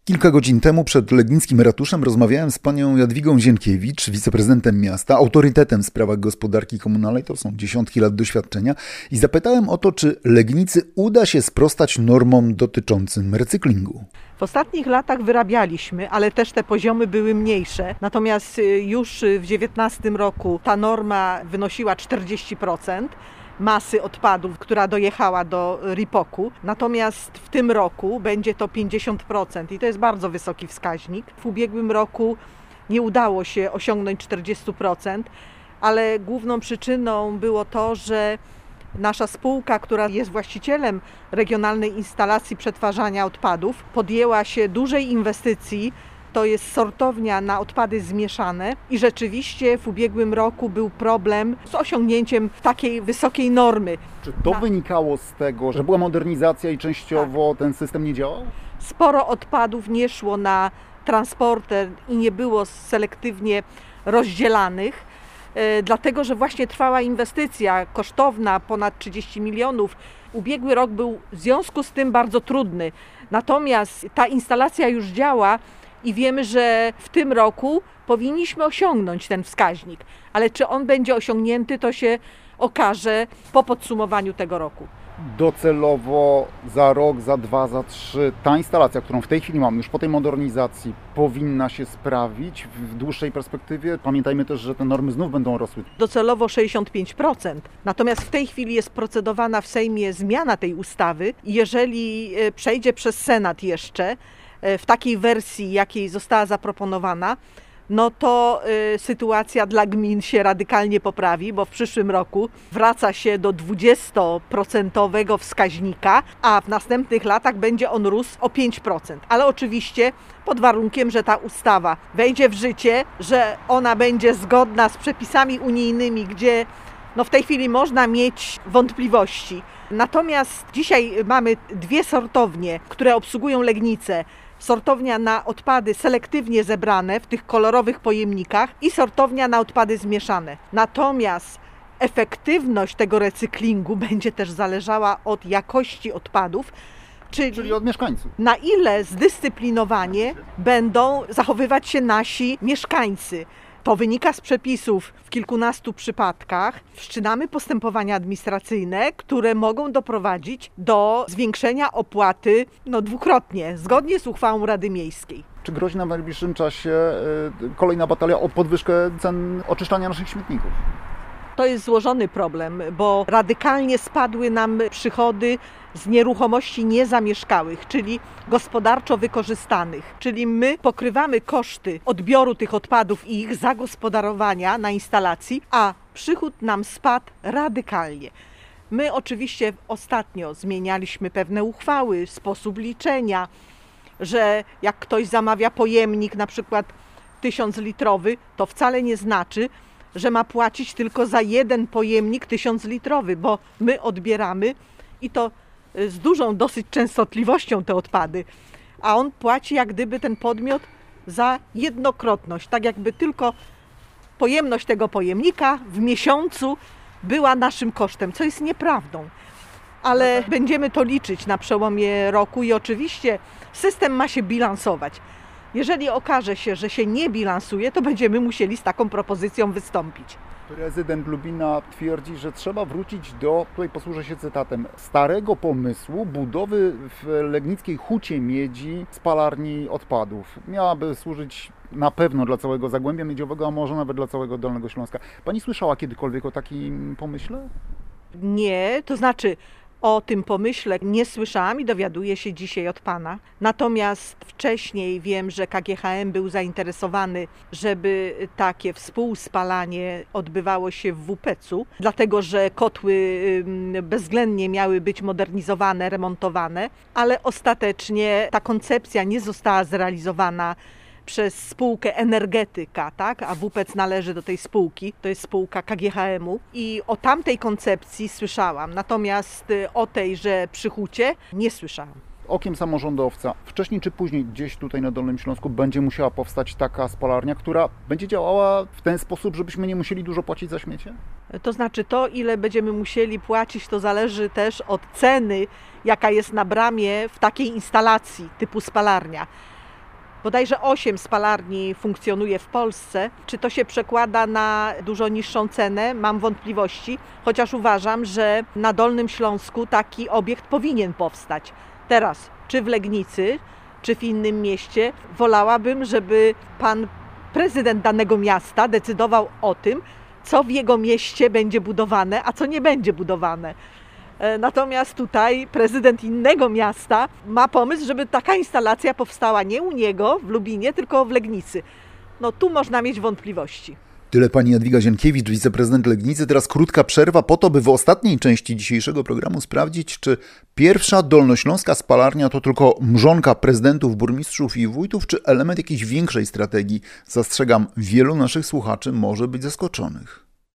Kilka godzin temu przed legnickim ratuszem rozmawiałem z panią Jadwigą Zienkiewicz, wiceprezydentem miasta, autorytetem w sprawach gospodarki komunalnej, to są dziesiątki lat doświadczenia, i zapytałem o to, czy Legnicy uda się sprostać normom dotyczącym recyklingu. W ostatnich latach wyrabialiśmy, ale też te poziomy były mniejsze. Natomiast już w 2019 roku ta norma wynosiła 40% masy odpadów, która dojechała do RIPOK-u. Natomiast w tym roku będzie to 50% i to jest bardzo wysoki wskaźnik. W ubiegłym roku nie udało się osiągnąć 40%, ale główną przyczyną było to, że nasza spółka, która jest właścicielem regionalnej instalacji przetwarzania odpadów, podjęła się dużej inwestycji. To jest sortownia na odpady zmieszane i rzeczywiście w ubiegłym roku był problem z osiągnięciem takiej wysokiej normy. Czy to wynikało z tego, że była modernizacja i częściowo ten system nie działał? Sporo odpadów nie szło na transporter i nie było selektywnie rozdzielanych, dlatego że właśnie trwała inwestycja kosztowna, ponad 30 milionów. Ubiegły rok był w związku z tym bardzo trudny. Natomiast ta instalacja już działa i wiemy, że w tym roku powinniśmy osiągnąć ten wskaźnik. Ale czy on będzie osiągnięty, to się okaże po podsumowaniu tego roku. Docelowo za rok, za 2, za 3 ta instalacja, którą w tej chwili mamy już po tej modernizacji, powinna się sprawić w dłuższej perspektywie. Pamiętajmy też, że te normy znów będą rosły. Docelowo 65%. Natomiast w tej chwili jest procedowana w Sejmie zmiana tej ustawy i jeżeli przejdzie przez Senat jeszcze w takiej wersji, jakiej została zaproponowana, no to sytuacja dla gmin się radykalnie poprawi, bo w przyszłym roku wraca się do 20% wskaźnika, a w następnych latach będzie on rósł o 5%. Ale oczywiście pod warunkiem, że ta ustawa wejdzie w życie, że ona będzie zgodna z przepisami unijnymi, gdzie w tej chwili można mieć wątpliwości. Natomiast dzisiaj mamy 2 sortownie, które obsługują Legnice. Sortownia na odpady selektywnie zebrane w tych kolorowych pojemnikach i sortownia na odpady zmieszane. Natomiast efektywność tego recyklingu będzie też zależała od jakości odpadów, czyli od mieszkańców. Na ile zdyscyplinowanie będą zachowywać się nasi mieszkańcy. To wynika z przepisów w kilkunastu przypadkach. Wszczynamy postępowania administracyjne, które mogą doprowadzić do zwiększenia opłaty dwukrotnie, zgodnie z uchwałą Rady Miejskiej. Czy grozi nam w najbliższym czasie kolejna batalia o podwyżkę cen oczyszczania naszych śmietników? To jest złożony problem, bo radykalnie spadły nam przychody z nieruchomości niezamieszkałych, czyli gospodarczo wykorzystanych. Czyli my pokrywamy koszty odbioru tych odpadów i ich zagospodarowania na instalacji, a przychód nam spadł radykalnie. My oczywiście ostatnio zmienialiśmy pewne uchwały, sposób liczenia, że jak ktoś zamawia pojemnik na przykład 1000-litrowy, to wcale nie znaczy, że ma płacić tylko za jeden pojemnik 1000-litrowy, bo my odbieramy i to z dużą dosyć częstotliwością te odpady, a on płaci jak gdyby ten podmiot za jednokrotność, tak jakby tylko pojemność tego pojemnika w miesiącu była naszym kosztem, co jest nieprawdą. Ale będziemy to liczyć na przełomie roku i oczywiście system ma się bilansować. Jeżeli okaże się, że się nie bilansuje, to będziemy musieli z taką propozycją wystąpić. Prezydent Lubina twierdzi, że trzeba wrócić do, tutaj posłużę się cytatem, starego pomysłu budowy w legnickiej Hucie Miedzi spalarni odpadów. Miałaby służyć na pewno dla całego Zagłębia Miedziowego, a może nawet dla całego Dolnego Śląska. Pani słyszała kiedykolwiek o takim pomyśle? Nie, to znaczy o tym pomyśle nie słyszałam i dowiaduję się dzisiaj od pana. Natomiast wcześniej wiem, że KGHM był zainteresowany, żeby takie współspalanie odbywało się w WPC-u, dlatego że kotły bezwzględnie miały być modernizowane, remontowane, ale ostatecznie ta koncepcja nie została zrealizowana przez spółkę Energetyka, tak? A WPC należy do tej spółki, to jest spółka KGHM-u i o tamtej koncepcji słyszałam, natomiast o tej, że przy Hucie nie słyszałam. Okiem samorządowca, wcześniej czy później gdzieś tutaj na Dolnym Śląsku będzie musiała powstać taka spalarnia, która będzie działała w ten sposób, żebyśmy nie musieli dużo płacić za śmiecie? To znaczy to, ile będziemy musieli płacić, to zależy też od ceny, jaka jest na bramie w takiej instalacji typu spalarnia. bodajże 8 spalarni funkcjonuje w Polsce. Czy to się przekłada na dużo niższą cenę? Mam wątpliwości, chociaż uważam, że na Dolnym Śląsku taki obiekt powinien powstać. Teraz, czy w Legnicy, czy w innym mieście, wolałabym, żeby pan prezydent danego miasta decydował o tym, co w jego mieście będzie budowane, a co nie będzie budowane. Natomiast tutaj prezydent innego miasta ma pomysł, żeby taka instalacja powstała nie u niego w Lubinie, tylko w Legnicy. No tu można mieć wątpliwości. Tyle pani Jadwiga Zienkiewicz, wiceprezydent Legnicy. Teraz krótka przerwa po to, by w ostatniej części dzisiejszego programu sprawdzić, czy pierwsza dolnośląska spalarnia to tylko mrzonka prezydentów, burmistrzów i wójtów, czy element jakiejś większej strategii. Zastrzegam, wielu naszych słuchaczy może być zaskoczonych.